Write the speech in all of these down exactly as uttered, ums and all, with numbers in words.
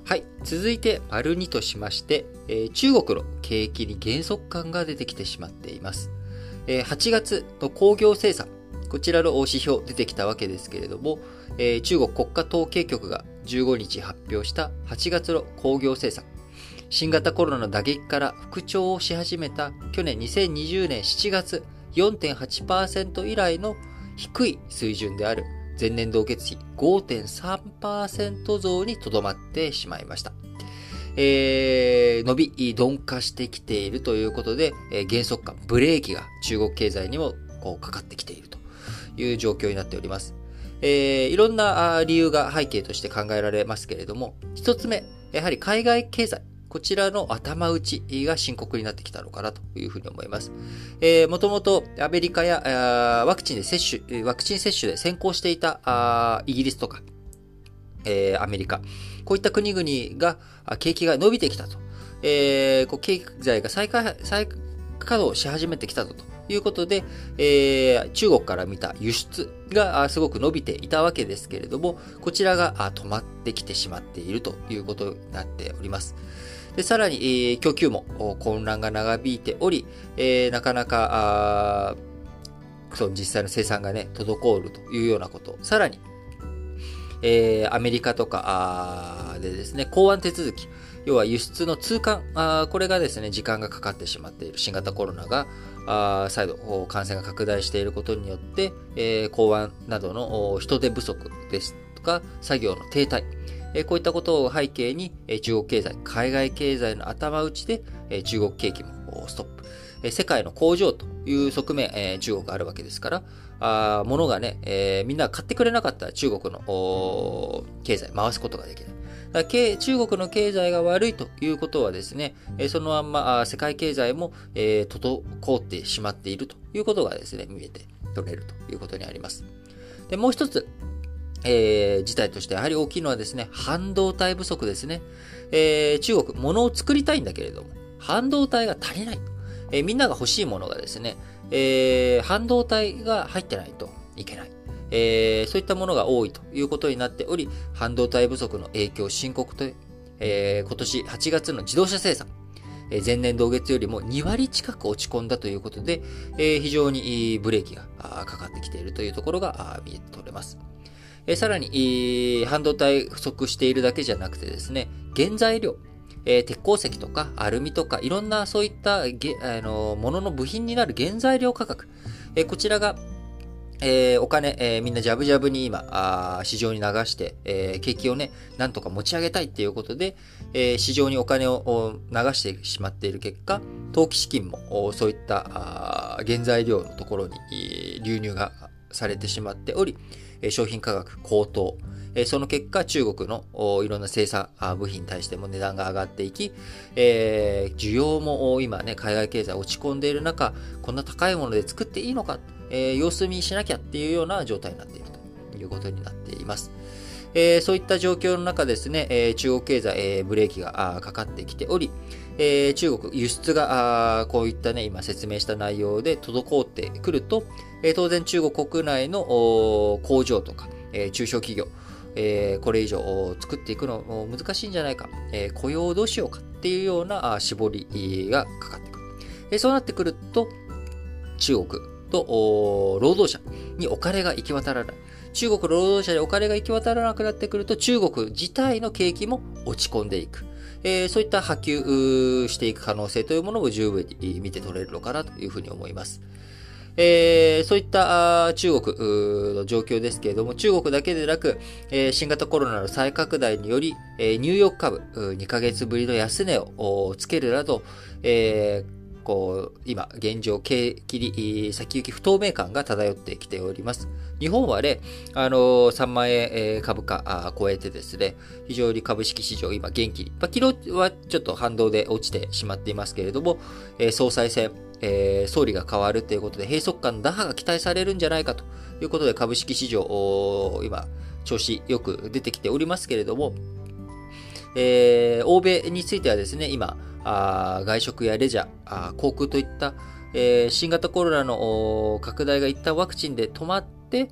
はい。続いて、丸にとしまして、えー、中国の景気に減速感が出てきてしまっています。えー、はちがつの工業生産、こちらの指標出てきたわけですけれども、えー、中国国家統計局がじゅうごにち発表したはちがつの工業生産。新型コロナの打撃から復調をし始めた去年にせんにじゅうねんしちがつ よんてんはちパーセント 以来の低い水準である前年同月比 ごてんさんパーセント 増にとどまってしまいました。えー、伸び鈍化してきているということで、えー、減速感、ブレーキが中国経済にもこうかかってきているという状況になっております。えー、いろんな理由が背景として考えられますけれども、一つ目、やはり海外経済、こちらの頭打ちが深刻になってきたのかなというふうに思います。えー、もともとアメリカやワクチンで接種、ワクチン接種で先行していたイギリスとか、えー、アメリカ、こういった国々が景気が伸びてきたと、えー、こう経済が再開再稼働し始めてきたぞということで、えー、中国から見た輸出がすごく伸びていたわけですけれども、こちらが止まってきてしまっているということになっております。でさらに、えー、供給も混乱が長引いており、えー、なかなかその実際の生産がね、滞るというようなこと。さらに、えー、アメリカとかでですね、港湾手続き、要は輸出の通関、あこれがですね、時間がかかってしまっている新型コロナが、あ再度感染が拡大していることによって、えー、港湾などの人手不足ですとか、作業の停滞、えー、こういったことを背景に、えー、中国経済、海外経済の頭打ちで、えー、中国景気もストップ。えー、世界の工場という側面、えー、中国あるわけですから、あ物がね、えー、みんな買ってくれなかったら中国の経済回すことができない。だから中国の経済が悪いということはですね、そのまんま世界経済も滞ってしまっているということがですね、見えて取れるということにあります。で、もう一つ、えー、事態としてやはり大きいのはですね、半導体不足ですね。えー、中国、物を作りたいんだけれども、半導体が足りない。えー、みんなが欲しいものがですね、えー、半導体が入ってないといけない。えー、そういったものが多いということになっており、半導体不足の影響深刻と、えー、今年はちがつの自動車生産、えー、前年同月よりもにわり近く落ち込んだということで、えー、非常にブレーキがかかってきているというところが見えて取れます。えー、さらに、えー、半導体不足しているだけじゃなくてですね、原材料、えー、鉄鉱石とかアルミとかいろんなそういったげあのものの部品になる原材料価格、えー、こちらがえー、お金、えー、みんなジャブジャブに今、あ市場に流して、えー、景気をね、なんとか持ち上げたいっていうことで、えー、市場にお金を流してしまっている結果、投機資金もそういった原材料のところに流入がされてしまっており、商品価格高騰、その結果、中国のいろんな生産部品に対しても値段が上がっていき、えー、需要も今ね、海外経済落ち込んでいる中、こんな高いもので作っていいのか、えー、様子見しなきゃっていうような状態になっているということになっています。えー、そういった状況の中ですね、えー、中国経済、えー、ブレーキがかかってきており、えー、中国輸出があこういったね、今説明した内容で滞ってくると、えー、当然中国国内の工場とか、えー、中小企業、えー、これ以上作っていくの難しいんじゃないか、えー、雇用をどうしようかっていうような絞りがかかってくる。えー、そうなってくると、中国と労働者にお金が行き渡らない。中国労働者にお金が行き渡らなくなってくると、中国自体の景気も落ち込んでいく。えー、そういった波及していく可能性というものも十分に見て取れるのかなというふうに思います。えー、そういった中国の状況ですけれども、中国だけでなく、えー、新型コロナの再拡大により、えー、ニューヨーク株にかげつぶりの安値をつけるなど、えーこう、今、現状、景気、先行き不透明感が漂ってきております。日本はね、あの、さんまんえん株価超えてですね、非常に株式市場今元気に、まあ、昨日はちょっと反動で落ちてしまっていますけれども、えー、総裁選、えー、総理が変わるということで、閉塞感打破が期待されるんじゃないかということで、株式市場、今、調子よく出てきておりますけれども、えー、欧米についてはですね、今、あ外食やレジャー、あ航空といった、えー、新型コロナの拡大が一旦ワクチンで止まって、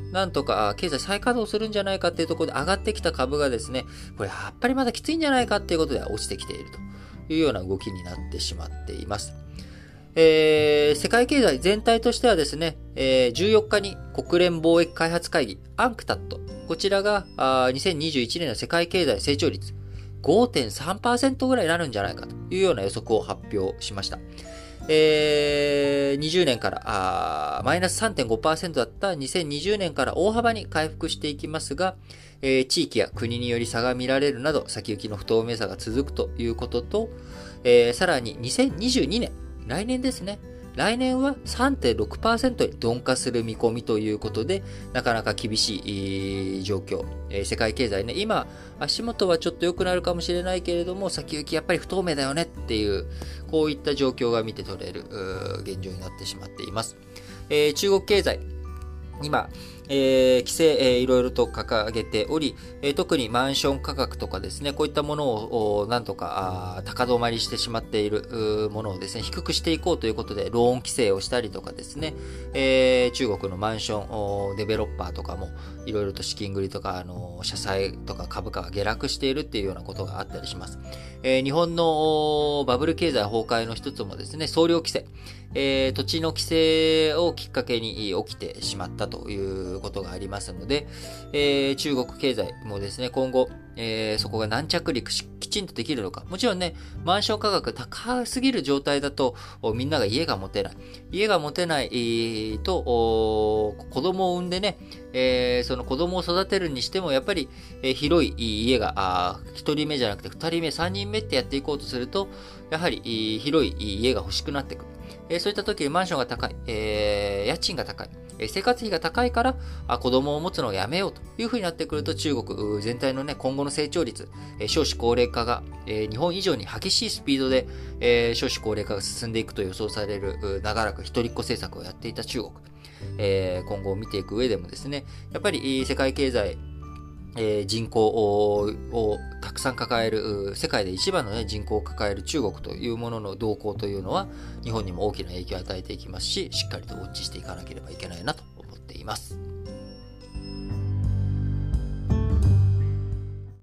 なんとか経済再稼働するんじゃないかっていうところで上がってきた株がですね、これやっぱりまだきついんじゃないかっていうことで落ちてきているというような動きになってしまっています。えー、世界経済全体としてはですね、えー、じゅうよっかに国連貿易開発会議 アンクタット、こちらがあにせんにじゅういちねんの世界経済成長率 ごてんさんパーセント ぐらいになるんじゃないかというような予測を発表しました。えー、にじゅうねんからあマイナス さんてんごパーセント だったにせんにじゅうねんから大幅に回復していきますが、えー、地域や国により差が見られるなど先行きの不透明さが続くということと、えー、さらににせんにじゅうにねん、来年ですね。来年は さんてんろくパーセント に鈍化する見込みということで、なかなか厳しい状況。えー、世界経済ね、今、足元はちょっと良くなるかもしれないけれども、先行きやっぱり不透明だよねっていう、こういった状況が見て取れる現状になってしまっています。えー、中国経済。今、えー、規制、えー、いろいろと掲げており、えー、特にマンション価格とかですね、こういったものをなんとか高止まりしてしまっているものをですね、低くしていこうということで、ローン規制をしたりとかですね、えー、中国のマンションデベロッパーとかも、いろいろと資金繰りとか、あの、社債とか株価が下落しているっていうようなことがあったりします。えー、日本のバブル経済崩壊の一つもですね、総量規制。えー、土地の規制をきっかけに起きてしまったということがありますので、えー、中国経済もですね、今後、えー、そこが軟着陸し、きちんとできるのか。もちろんね、マンション価格高すぎる状態だと、みんなが家が持てない。家が持てない、えー、と、子供を産んでね、えー、その子供を育てるにしても、やっぱり、えー、広い家が、一人目じゃなくて二人目、三人目ってやっていこうとすると、やはり、広い家が欲しくなってくる。えー、そういった時にマンションが高い、えー、家賃が高い、えー、生活費が高いからあ子供を持つのをやめようというふうになってくると、中国全体のね、今後の成長率、えー、少子高齢化が、えー、日本以上に激しいスピードで、えー、少子高齢化が進んでいくと予想される、長らく一人っ子政策をやっていた中国、えー、今後を見ていく上でもですね、やっぱり世界経済、えー、人口をたくさん抱える、世界で一番の、ね、人口を抱える中国というものの動向というのは、日本にも大きな影響を与えていきますし、しっかりとウォッチしていかなければいけないなと思っています。